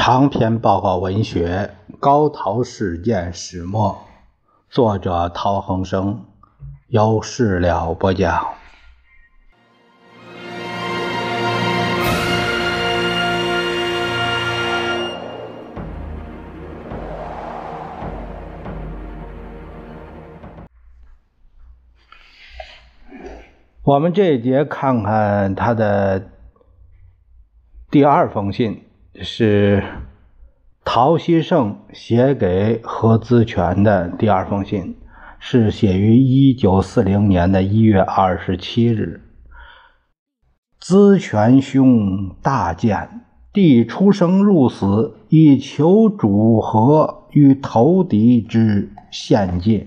长篇报告文学《高陶事件始末》，作者陶恒生，由事了播讲。我们这一节看看他的第二封信，是陶希圣写给何资全的第二封信，是写于1940年的1月27日。资全兄大见，弟出生入死，以求主和与投敌之献界。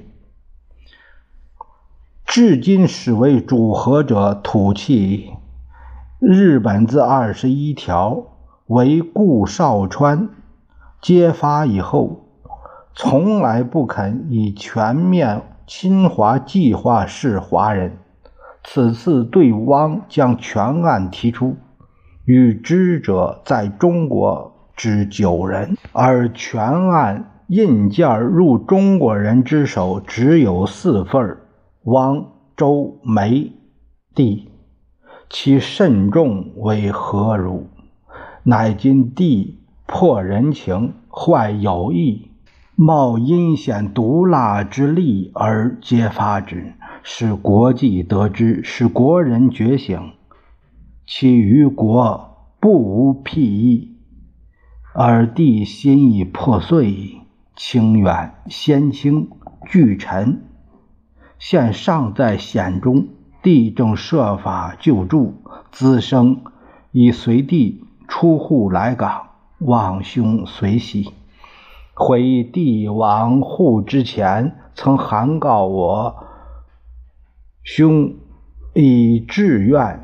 至今始为主和者吐气日本自21条为顾少川揭发以后，从来不肯以全面侵华计划视华人。此次对汪将全案提出，与之者在中国之9人，而全案印件入中国人之手只有4份，汪、周、梅、弟，其慎重为何如？乃今弟破人情，坏友谊，冒阴险毒辣之力而揭发之，使国际得知，使国人觉醒，其余国不无裨益，而弟心已破碎，清远先清俱沉，现尚在险中，弟正设法救助，资生已随弟出户来港，望兄随喜。回忆弟往沪之前，曾函告我，兄已志愿。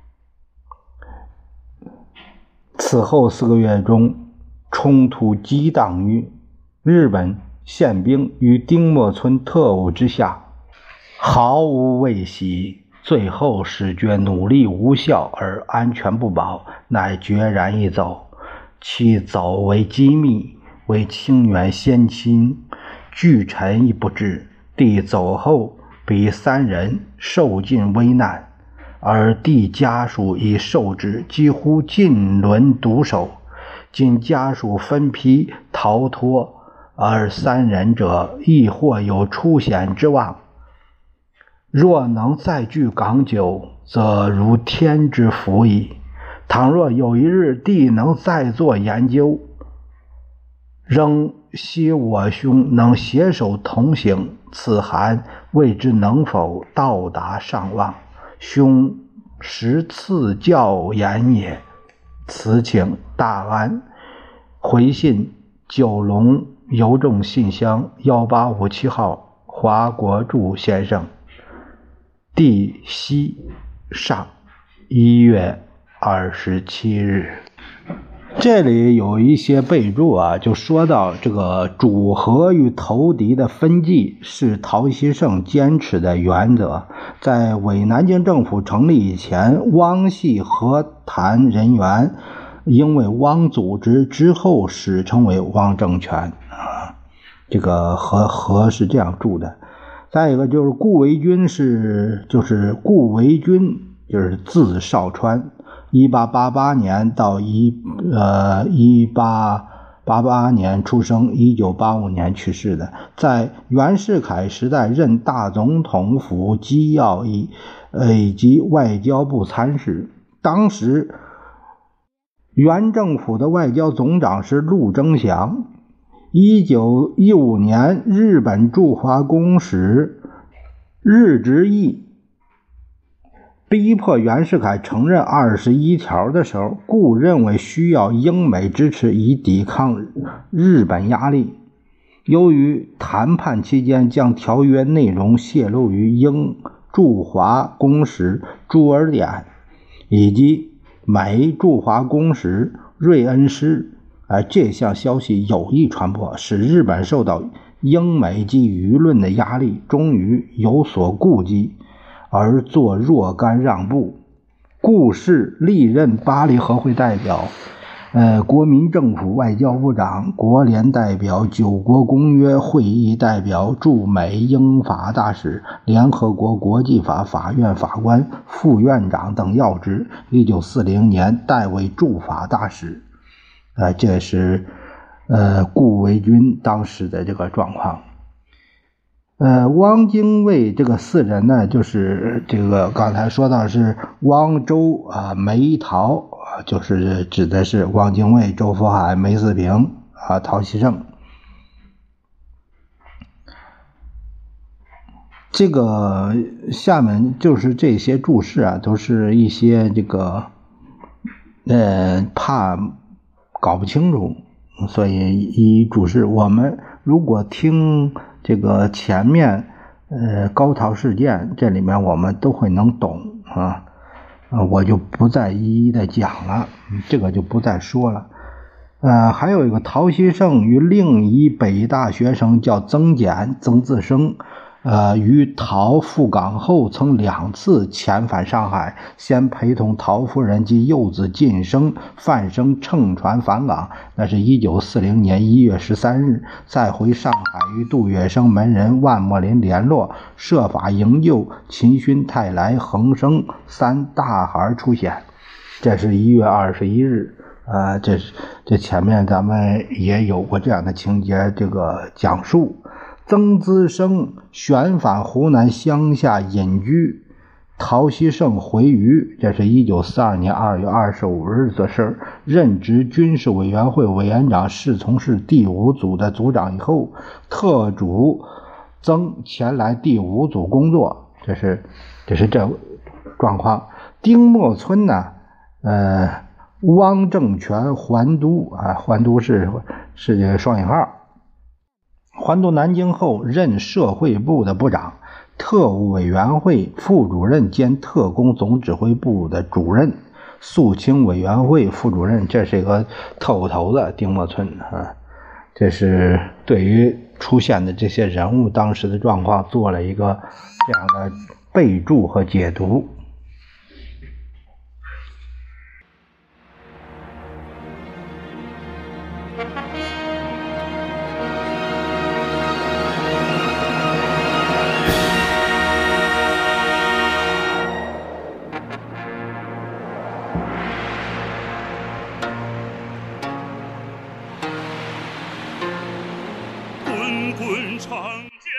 此后4个月中，冲突激荡于日本宪兵与丁默村特务之下，毫无畏息，最后始觉努力无效而安全不保，乃决然一走。其走为机密，为清远先亲，俱臣亦不知。弟走后，彼3人受尽危难，而弟家属已受之几乎尽沦独守。今家属分批逃脱，而3人者亦或有出险之望。若能再聚港久，则如天之福矣。倘若有一日弟能再做研究，仍希我兄能携手同行，此函未知能否到达上望，兄实赐教言也。此请大安。回信九龙邮政信箱1857号，华国柱先生。弟西上1月27日。这里有一些备注啊，就说到这个主和与投敌的分际是陶希圣坚持的原则。在伪南京政府成立以前，汪系和谈人员因为汪组织之后史称为汪政权啊，这个和是这样注的。再一个就是顾维钧就是字少川，1888年到1888年出生，1985年去世的，在袁世凯时代任大总统府机要以及外交部参事。当时原政府的外交总长是陆征祥。1915年日本驻华公使日直义逼迫袁世凯承认21条的时候，顾认为需要英美支持以抵抗日本压力。由于谈判期间将条约内容泄露于英驻华公使朱尔典以及美驻华公使瑞恩斯，这项消息有意传播，使日本受到英美及舆论的压力，终于有所顾忌而做若干让步。顾氏历任巴黎和会代表， 国民政府外交部长、国联代表、九国公约会议代表、驻美英法大使、联合国国际法法院法官、副院长等要职。1940年代为驻法大使。这是顾维钧当时的这个状况。汪精卫这个四人呢，就是这个刚才说到是汪周梅陶，就是指的是汪精卫、周佛海、梅思平陶希圣。这个下面就是这些注释都是一些这个怕搞不清楚，所以一注释。我们如果听这个前面高陶事件，这里面我们都会能懂我就不再一一的讲了，这个就不再说了。还有一个陶希圣与另一北大学生叫曾简、曾自生，于陶赴港后曾2次遣返上海，先陪同陶夫人及幼子晋生、范生乘船返港，那是1940年1月13日，再回上海与杜月笙门人万墨林联络，设法营救秦勋、泰来、恒生3大孩出险。这是1月21日。这前面咱们也有过这样的情节，这个讲述。曾资生旋返湖南乡下隐居，陶希圣回渝，这是1942年2月25日的事。任职军事委员会委员长，侍从室第5组的组长以后，特主曾前来第5组工作。这是这状况。丁默村呢，汪政权还都还都是这个双引号。还都南京后，任社会部的部长、特务委员会副主任兼特工总指挥部的主任、肃清委员会副主任。这是一个特务头子丁默村这是对于出现的这些人物当时的状况做了一个这样的备注和解读。 滚滚长江。